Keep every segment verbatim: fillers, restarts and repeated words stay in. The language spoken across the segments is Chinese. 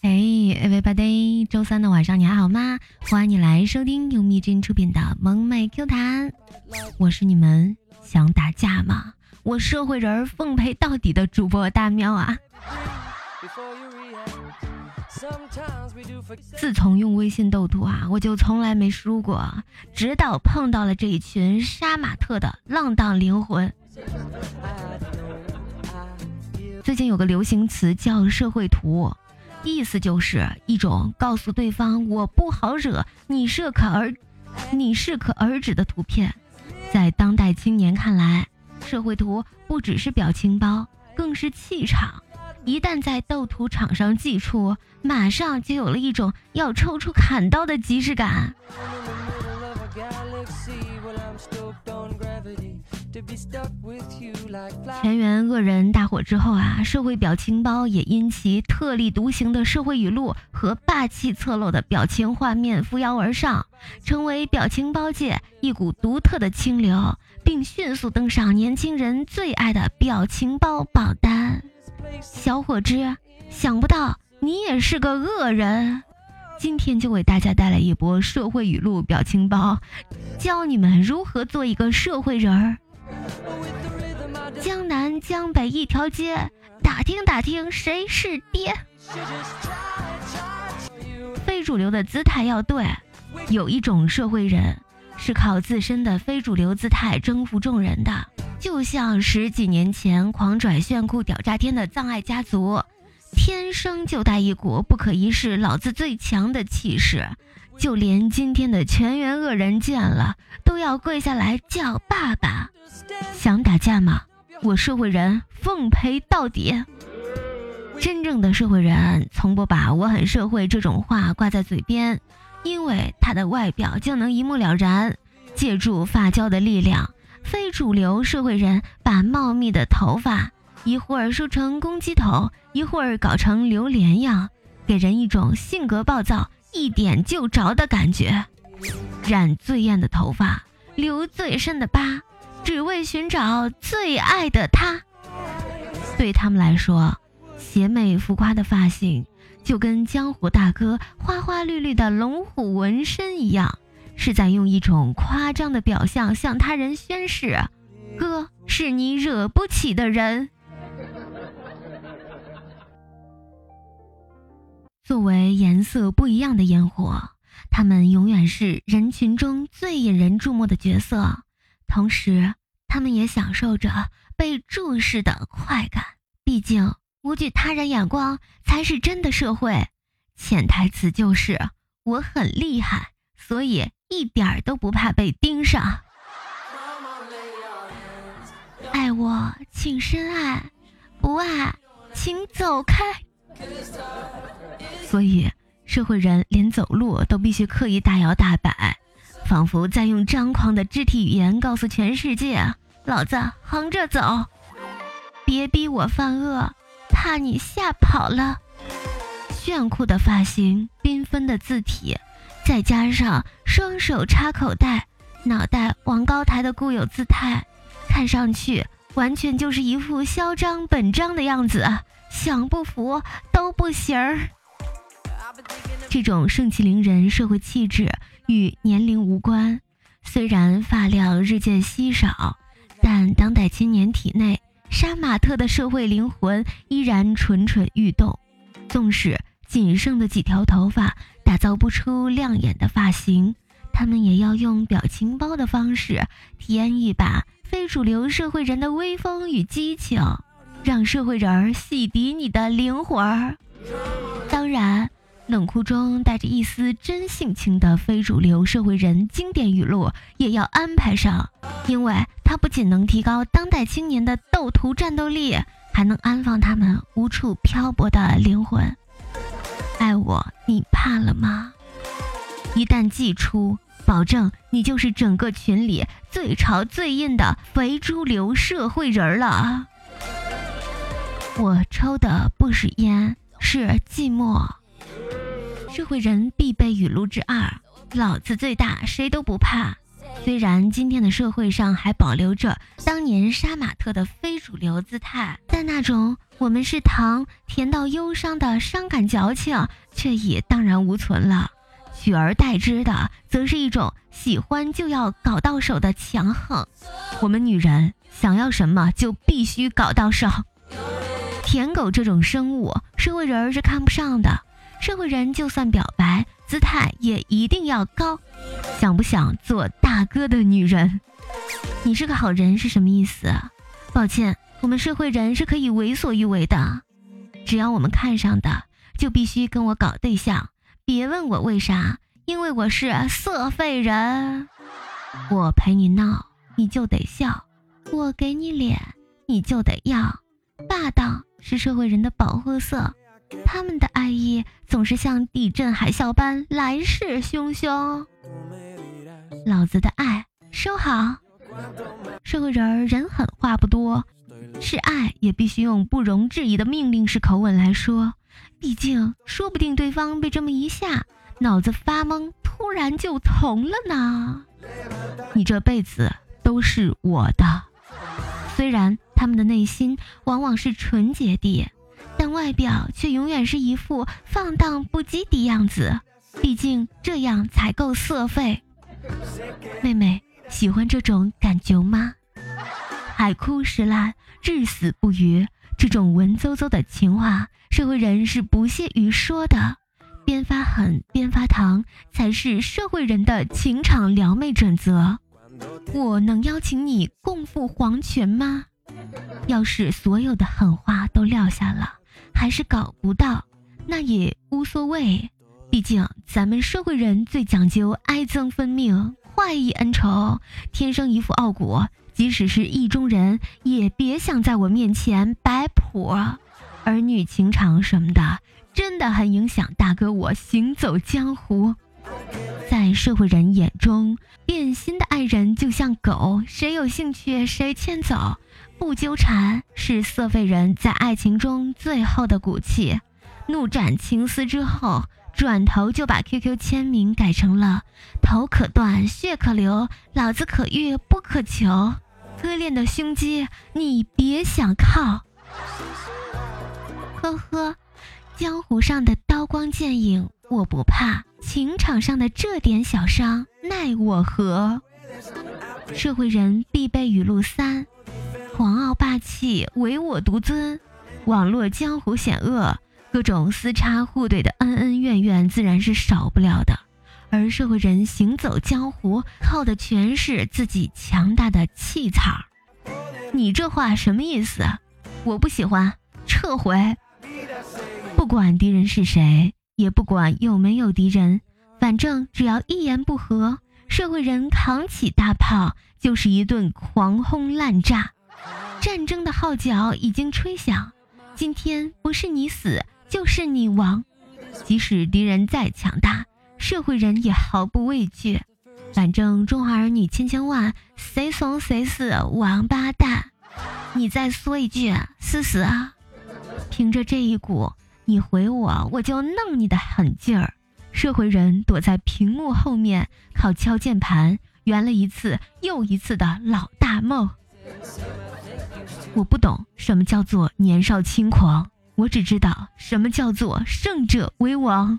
Hey everybody， 周三的晚上你还好吗？欢迎你来收听由蜜君出品的萌妹 Q 弹，我是你们想打架吗？我社会人奉陪到底的主播大喵啊！自从用微信斗图啊，我就从来没输过，直到碰到了这一群杀马特的浪荡灵魂。最近有个流行词叫社会图，意思就是一种告诉对方我不好惹，你适可而你适可而止的图片。在当代青年看来，社会图不只是表情包，更是气场。一旦在斗图场上祭出，马上就有了一种要抽出砍刀的即视感。全员恶人大火之后啊，社会表情包也因其特立独行的社会语录和霸气侧漏的表情画面扶摇而上，成为表情包界一股独特的清流，并迅速登上年轻人最爱的表情包榜单。小伙子，想不到你也是个恶人，今天就为大家带来一波社会语录表情包，教你们如何做一个社会人儿。江南江北一条街，打听打听谁是爹。非主流的姿态要对，有一种社会人是靠自身的非主流姿态征服众人的，就像十几年前狂拽炫酷屌炸天的葬爱家族，天生就带一股不可一世老子最强的气势，就连今天的全员恶人见了都要跪下来叫爸爸。想打架吗？我社会人奉陪到底。真正的社会人从不把我很社会这种话挂在嘴边，因为他的外表就能一目了然。借助发胶的力量，非主流社会人把茂密的头发一会儿梳成公鸡头，一会儿搞成榴莲样，给人一种性格暴躁一点就着的感觉。染最艳的头发，留最深的疤，只为寻找最爱的他。对他们来说，邪魅浮夸的发型就跟江湖大哥花花绿绿的龙虎纹身一样，是在用一种夸张的表象向他人宣示，哥是你惹不起的人。作为颜色不一样的烟火，他们永远是人群中最引人注目的角色，同时他们也享受着被注视的快感。毕竟无惧他人眼光才是真的社会，潜台词就是我很厉害，所以一点都不怕被盯上。爱我请深爱，不爱请走开。所以社会人连走路都必须刻意大摇大摆，仿佛在用张狂的肢体语言告诉全世界，老子横着走，别逼我犯恶，怕你吓跑了。炫酷的发型，缤纷的字体，再加上双手插口袋，脑袋往高抬的固有姿态，看上去完全就是一副嚣张本张的样子，想不服都不行儿。这种盛气凌人社会气质与年龄无关，虽然发量日渐稀少，但当代青年体内杀马特的社会灵魂依然蠢蠢欲动。纵使仅剩的几条头发打造不出亮眼的发型，他们也要用表情包的方式体验一把非主流社会人的威风与激情，让社会人洗涤你的灵魂。当然，冷酷中带着一丝真性情的非主流社会人经典语录也要安排上，因为它不仅能提高当代青年的斗图战斗力，还能安放他们无处漂泊的灵魂。爱我你怕了吗？一旦祭出，保证你就是整个群里最潮最硬的非主流社会人了。我抽的不是烟，是寂寞。社会人必备语录之二，老子最大谁都不怕。 虽然今天的社会上还保留着当年杀马特的非主流姿态，但那种我们是糖甜到忧伤的伤感矫情却也荡然无存了，取而代之的则是一种喜欢就要搞到手的强横。我们女人想要什么就必须搞到手。舔狗这种生物，社会人是看不上的。社会人就算表白，姿态也一定要高。想不想做大哥的女人？你是个好人是什么意思？抱歉，我们社会人是可以为所欲为的。只要我们看上的，就必须跟我搞对象。别问我为啥，因为我是色废人。我陪你闹，你就得笑；我给你脸，你就得要。霸道是社会人的保护色，他们的爱意总是像地震海啸般来势汹汹。老子的爱收好。社会人人狠话不多，是爱也必须用不容置疑的命令式口吻来说，毕竟说不定对方被这么一下，脑子发懵，突然就聋了呢。你这辈子都是我的。虽然他们的内心往往是纯洁的，但外表却永远是一副放荡不羁的样子，毕竟这样才够色废。妹妹，喜欢这种感觉吗？海枯石烂，至死不渝，这种文绉绉的情话，社会人是不屑于说的。边发狠边发糖，才是社会人的情场撩妹准则。我能邀请你共赴黄泉吗？要是所有的狠话都撂下了，还是搞不到，那也无所谓。毕竟咱们社会人最讲究爱憎分明，坏意恩仇，天生一副傲骨，即使是意中人也别想在我面前摆谱。儿女情长什么的真的很影响大哥我行走江湖。在社会人眼中，变心的爱人就像狗，谁有兴趣谁牵走，不纠缠是色废人在爱情中最后的骨气。怒斩情丝之后，转头就把 Q Q 签名改成了头可断血可流，老子可遇不可求。割裂的胸肌你别想靠。呵呵，江湖上的刀光剑影我不怕，情场上的这点小伤奈我何。社会人必备语录三：狂傲霸气唯我独尊。网络江湖险恶，各种私插互怼的恩恩怨怨自然是少不了的，而社会人行走江湖靠的全是自己强大的气场。你这话什么意思？我不喜欢，撤回。不管敌人是谁，也不管有没有敌人，反正只要一言不合，社会人扛起大炮就是一顿狂轰滥炸。战争的号角已经吹响，今天不是你死就是你亡。即使敌人再强大，社会人也毫不畏惧。反正中华儿女千千万，谁怂谁死王八蛋。你再说一句死死啊！凭着这一股你回我我就弄你的狠劲儿，社会人躲在屏幕后面靠敲键盘圆了一次又一次的老大梦。我不懂什么叫做年少轻狂，我只知道什么叫做胜者为王。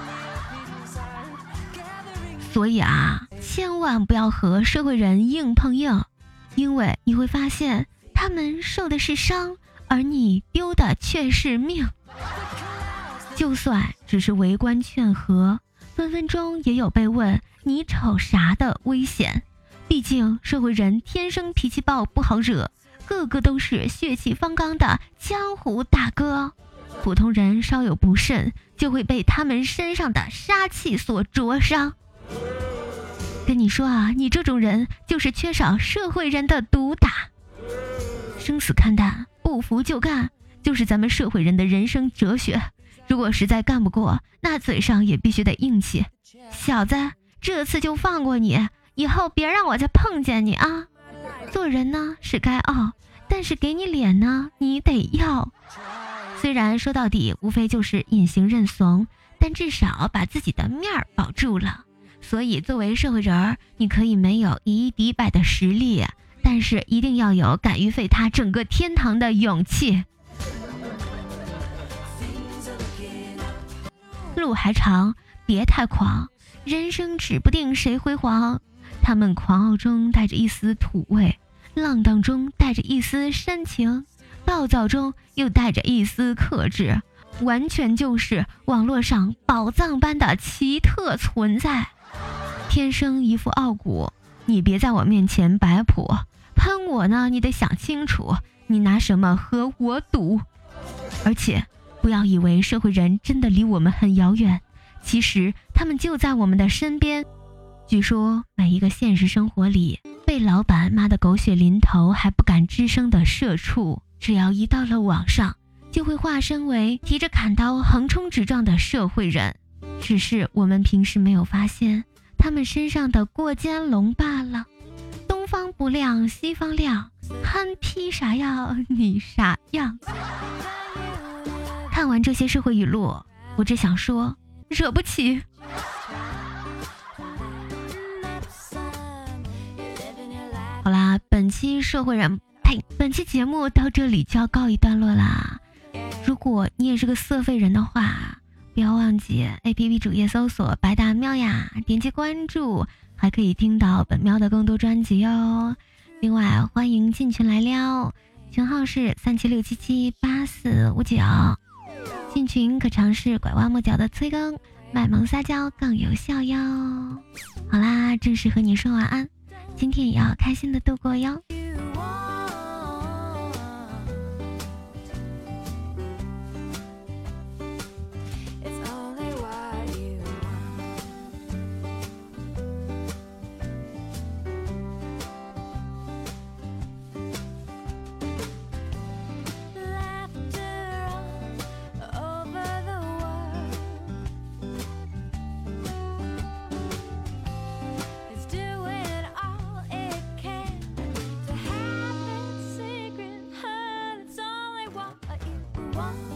所以啊，千万不要和社会人硬碰硬，因为你会发现他们受的是伤，而你丢的却是命。就算只是围观劝和，分分钟也有被问你瞅啥的危险。毕竟社会人天生脾气暴，不好惹，个个都是血气方刚的江湖大哥。普通人稍有不慎，就会被他们身上的杀气所灼伤。跟你说啊，你这种人就是缺少社会人的毒打。生死看淡，不服就干，就是咱们社会人的人生哲学。如果实在干不过，那嘴上也必须得硬气。小子，这次就放过你，以后别让我再碰见你啊！做人呢是该傲，但是给你脸呢你得要。虽然说到底无非就是隐形认怂，但至少把自己的面儿保住了。 所以作为社会人儿，你可以没有以一敌百的实力，但是一定要有敢于废他整个天堂的勇气。路还长，别太狂，人生指不定谁辉煌。他们狂傲中带着一丝土味，浪荡中带着一丝煽情，暴躁中又带着一丝克制，完全就是网络上宝藏般的奇特存在。天生一副傲骨，你别在我面前摆谱，喷我呢，你得想清楚，你拿什么和我赌？而且不要以为社会人真的离我们很遥远，其实他们就在我们的身边。据说每一个现实生活里被老板骂得狗血淋头还不敢吱声的社畜，只要一到了网上，就会化身为提着砍刀横冲直撞的社会人，只是我们平时没有发现他们身上的过肩龙罢了。东方不亮西方亮，憨批啥样你啥样。看完这些社会语录，我只想说惹不起。好啦，本期社会人呸，本期节目到这里就要告一段落啦。如果你也是个色废人的话，不要忘记 A P P 主页搜索白大喵呀，点击关注，还可以听到本喵的更多专辑哦。另外欢迎进群来撩，群号是三七六七七八四五九，进群可尝试拐弯抹角的催更，卖萌撒娇更有效哟。好啦，正式和你说晚安，今天也要开心的度过哟。 want